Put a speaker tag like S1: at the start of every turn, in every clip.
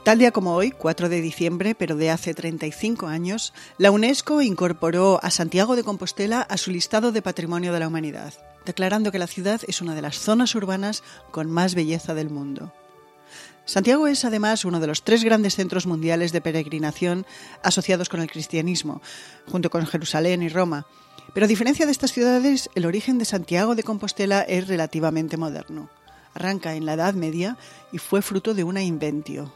S1: Tal día como hoy, 4 de diciembre, pero de hace 35 años, la UNESCO incorporó a Santiago de Compostela a su listado de Patrimonio de la Humanidad, declarando que la ciudad es una de las zonas urbanas con más belleza del mundo. Santiago es además uno de los 3 grandes centros mundiales de peregrinación asociados con el cristianismo, junto con Jerusalén y Roma. Pero a diferencia de estas ciudades, el origen de Santiago de Compostela es relativamente moderno. Arranca en la Edad Media y fue fruto de una inventio.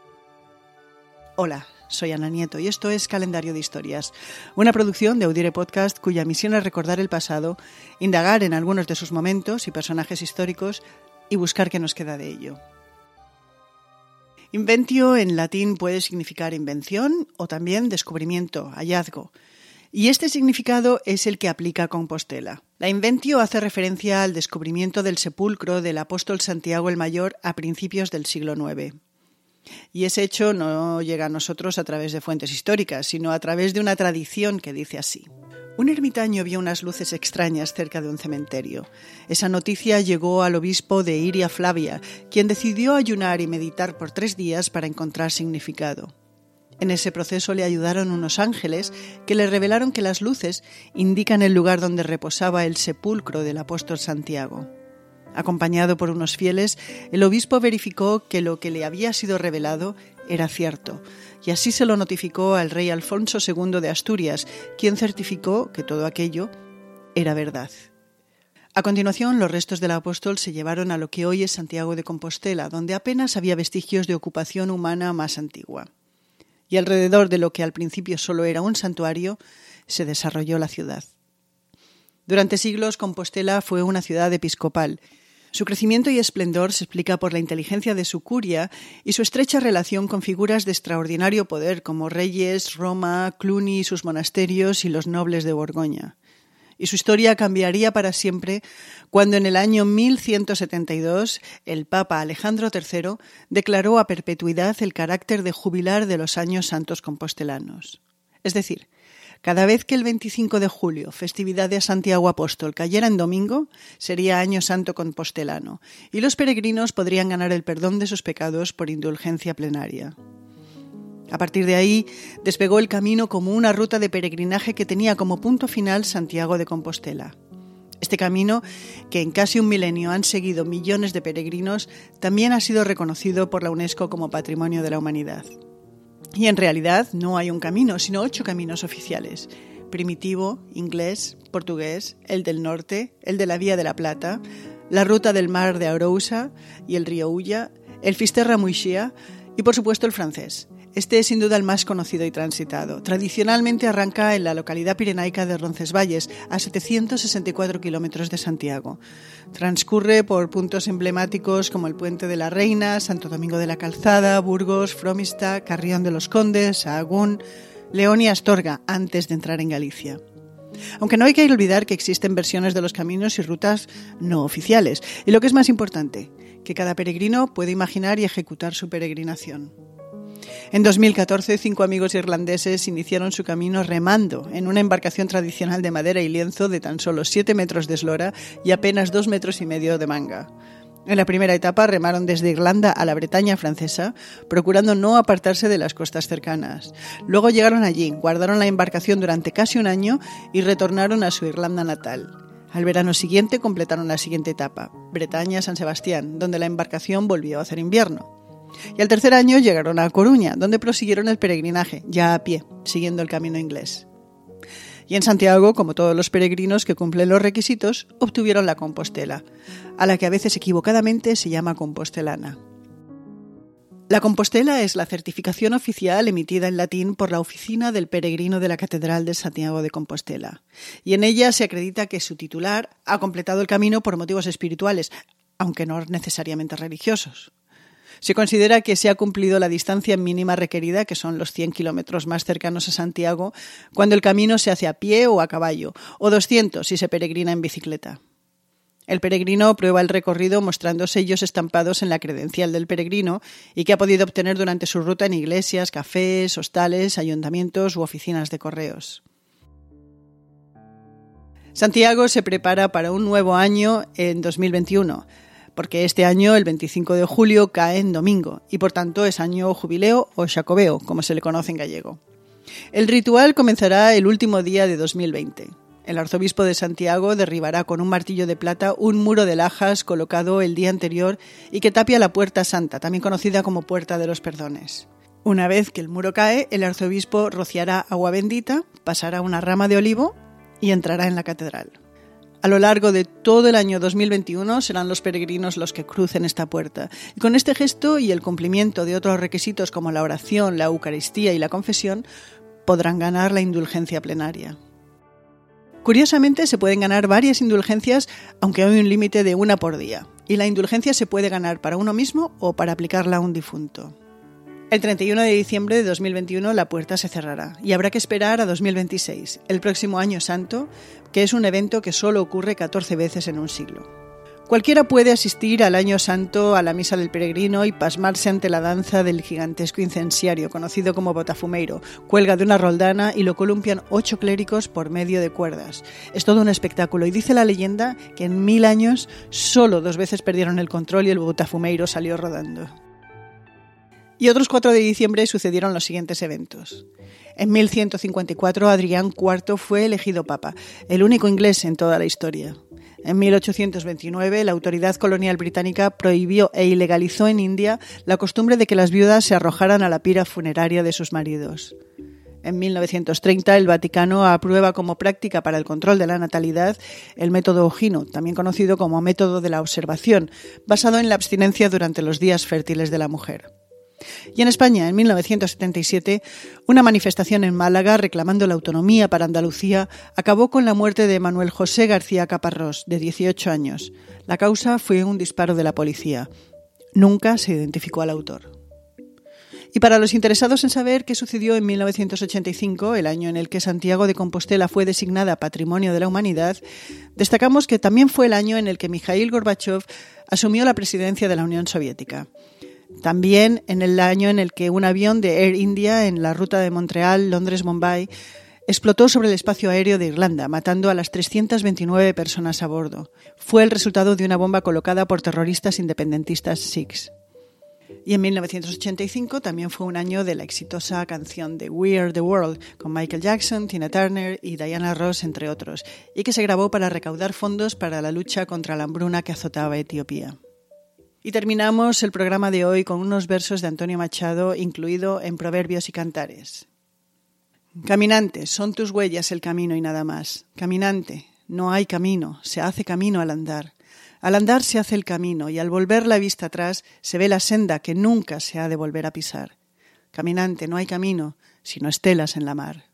S1: Hola, soy Ana Nieto y esto es Calendario de Historias, una producción de Audire Podcast cuya misión es recordar el pasado, indagar en algunos de sus momentos y personajes históricos y buscar qué nos queda de ello. Inventio en latín puede significar invención o también descubrimiento, hallazgo. Y este significado es el que aplica a Compostela. La inventio hace referencia al descubrimiento del sepulcro del apóstol Santiago el Mayor a principios del siglo IX. Y ese hecho no llega a nosotros a través de fuentes históricas, sino a través de una tradición que dice así. Un ermitaño vio unas luces extrañas cerca de un cementerio. Esa noticia llegó al obispo de Iria Flavia, quien decidió ayunar y meditar por 3 días para encontrar significado. En ese proceso le ayudaron unos ángeles que le revelaron que las luces indican el lugar donde reposaba el sepulcro del apóstol Santiago. Acompañado por unos fieles, el obispo verificó que lo que le había sido revelado era cierto, y así se lo notificó al rey Alfonso II de Asturias, quien certificó que todo aquello era verdad. A continuación, los restos del apóstol se llevaron a lo que hoy es Santiago de Compostela, donde apenas había vestigios de ocupación humana más antigua. Y alrededor de lo que al principio solo era un santuario, se desarrolló la ciudad. Durante siglos, Compostela fue una ciudad episcopal. Su crecimiento y esplendor se explica por la inteligencia de su curia y su estrecha relación con figuras de extraordinario poder como reyes, Roma, Cluny y sus monasterios y los nobles de Borgoña. Y su historia cambiaría para siempre cuando en el año 1172 el Papa Alejandro III declaró a perpetuidad el carácter de jubilar de los años santos compostelanos. Es decir, cada vez que el 25 de julio, festividad de Santiago Apóstol, cayera en domingo, sería año santo compostelano, y los peregrinos podrían ganar el perdón de sus pecados por indulgencia plenaria. A partir de ahí, despegó el camino como una ruta de peregrinaje que tenía como punto final Santiago de Compostela. Este camino, que en casi un milenio han seguido millones de peregrinos, también ha sido reconocido por la UNESCO como Patrimonio de la Humanidad. Y en realidad no hay un camino, sino 8 caminos oficiales: primitivo, inglés, portugués, el del norte, el de la Vía de la Plata, la ruta del mar de Arousa y el río Ulla, el Fisterra-Muixia y por supuesto el francés. Este es sin duda el más conocido y transitado. Tradicionalmente arranca en la localidad pirenaica de Roncesvalles, a 764 kilómetros de Santiago. Transcurre por puntos emblemáticos como el Puente de la Reina, Santo Domingo de la Calzada, Burgos, Fromista, Carrión de los Condes, Sahagún, León y Astorga, antes de entrar en Galicia. Aunque no hay que olvidar que existen versiones de los caminos y rutas no oficiales. Y lo que es más importante, que cada peregrino puede imaginar y ejecutar su peregrinación. En 2014, 5 amigos irlandeses iniciaron su camino remando en una embarcación tradicional de madera y lienzo de tan solo 7 metros de eslora y apenas 2,5 metros de manga. En la primera etapa remaron desde Irlanda a la Bretaña francesa, procurando no apartarse de las costas cercanas. Luego llegaron allí, guardaron la embarcación durante casi un año y retornaron a su Irlanda natal. Al verano siguiente completaron la siguiente etapa, Bretaña-San Sebastián, donde la embarcación volvió a hacer invierno. Y al tercer año llegaron a Coruña, donde prosiguieron el peregrinaje, ya a pie, siguiendo el camino inglés. Y en Santiago, como todos los peregrinos que cumplen los requisitos, obtuvieron la Compostela, a la que a veces equivocadamente se llama compostelana. La Compostela es la certificación oficial emitida en latín por la Oficina del Peregrino de la Catedral de Santiago de Compostela, y en ella se acredita que su titular ha completado el camino por motivos espirituales, aunque no necesariamente religiosos. Se considera que se ha cumplido la distancia mínima requerida, que son los 100 kilómetros más cercanos a Santiago, cuando el camino se hace a pie o a caballo, o 200 si se peregrina en bicicleta. El peregrino prueba el recorrido mostrando sellos estampados en la credencial del peregrino y que ha podido obtener durante su ruta en iglesias, cafés, hostales, ayuntamientos u oficinas de correos. Santiago se prepara para un nuevo año en 2021. porque este año el 25 de julio cae en domingo y por tanto es año jubileo o xacobeo, como se le conoce en gallego. El ritual comenzará el último día de 2020. El arzobispo de Santiago derribará con un martillo de plata un muro de lajas colocado el día anterior y que tapia la Puerta Santa, también conocida como Puerta de los Perdones. Una vez que el muro cae, el arzobispo rociará agua bendita, pasará una rama de olivo y entrará en la catedral. A lo largo de todo el año 2021 serán los peregrinos los que crucen esta puerta. Y con este gesto y el cumplimiento de otros requisitos como la oración, la Eucaristía y la confesión, podrán ganar la indulgencia plenaria. Curiosamente, se pueden ganar varias indulgencias, aunque hay un límite de una por día. Y la indulgencia se puede ganar para uno mismo o para aplicarla a un difunto. El 31 de diciembre de 2021 la puerta se cerrará y habrá que esperar a 2026, el próximo Año Santo, que es un evento que solo ocurre 14 veces en un siglo. Cualquiera puede asistir al Año Santo, a la Misa del Peregrino y pasmarse ante la danza del gigantesco incenciario, conocido como botafumeiro. Cuelga de una roldana y lo columpian 8 clérigos por medio de cuerdas. Es todo un espectáculo y dice la leyenda que en 1000 años solo 2 veces perdieron el control y el botafumeiro salió rodando. Y otros 4 de diciembre sucedieron los siguientes eventos. En 1154 Adrián IV fue elegido papa, el único inglés en toda la historia. En 1829 la autoridad colonial británica prohibió e ilegalizó en India la costumbre de que las viudas se arrojaran a la pira funeraria de sus maridos. En 1930 el Vaticano aprueba como práctica para el control de la natalidad el método Ogino, también conocido como método de la observación, basado en la abstinencia durante los días fértiles de la mujer. Y en España, en 1977, una manifestación en Málaga reclamando la autonomía para Andalucía acabó con la muerte de Manuel José García Caparrós, de 18 años. La causa fue un disparo de la policía. Nunca se identificó al autor. Y para los interesados en saber qué sucedió en 1985, el año en el que Santiago de Compostela fue designada Patrimonio de la Humanidad, destacamos que también fue el año en el que Mikhail Gorbachev asumió la presidencia de la Unión Soviética. También en el año en el que un avión de Air India en la ruta de Montreal, Londres-Bombay explotó sobre el espacio aéreo de Irlanda, matando a las 329 personas a bordo. Fue el resultado de una bomba colocada por terroristas independentistas sikhs. Y en 1985 también fue un año de la exitosa canción de We Are the World, con Michael Jackson, Tina Turner y Diana Ross, entre otros, y que se grabó para recaudar fondos para la lucha contra la hambruna que azotaba Etiopía. Y terminamos el programa de hoy con unos versos de Antonio Machado, incluido en Proverbios y Cantares. Caminante, son tus huellas el camino y nada más. Caminante, no hay camino, se hace camino al andar. Al andar se hace el camino y al volver la vista atrás se ve la senda que nunca se ha de volver a pisar. Caminante, no hay camino, sino estelas en la mar.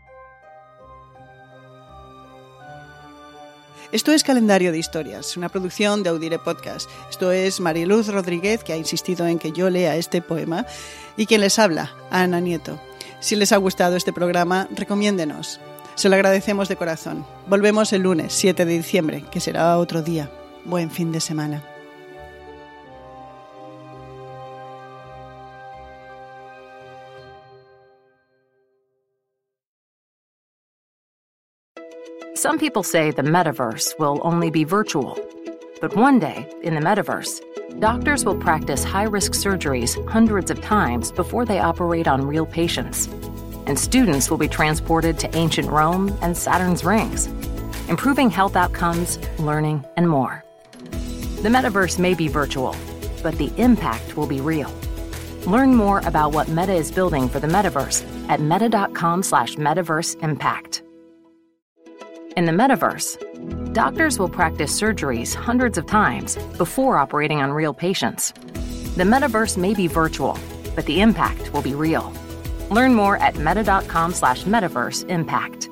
S1: Esto es Calendario de Historias, una producción de Audire Podcast. Esto es Mariluz Rodríguez, que ha insistido en que yo lea este poema, y quien les habla, Ana Nieto. Si les ha gustado este programa, recomiéndenos. Se lo agradecemos de corazón. Volvemos el lunes 7 de diciembre, que será otro día. Buen fin de semana.
S2: Some people say the metaverse will only be virtual. But one day, in the metaverse, doctors will practice high-risk surgeries hundreds of times before they operate on real patients. And students will be transported to ancient Rome and Saturn's rings, improving health outcomes, learning, and more. The metaverse may be virtual, but the impact will be real. Learn more about what Meta is building for the metaverse at meta.com/metaverseimpact. In the metaverse, doctors will practice surgeries hundreds of times before operating on real patients. The metaverse may be virtual, but the impact will be real. Learn more at meta.com/metaverseimpact.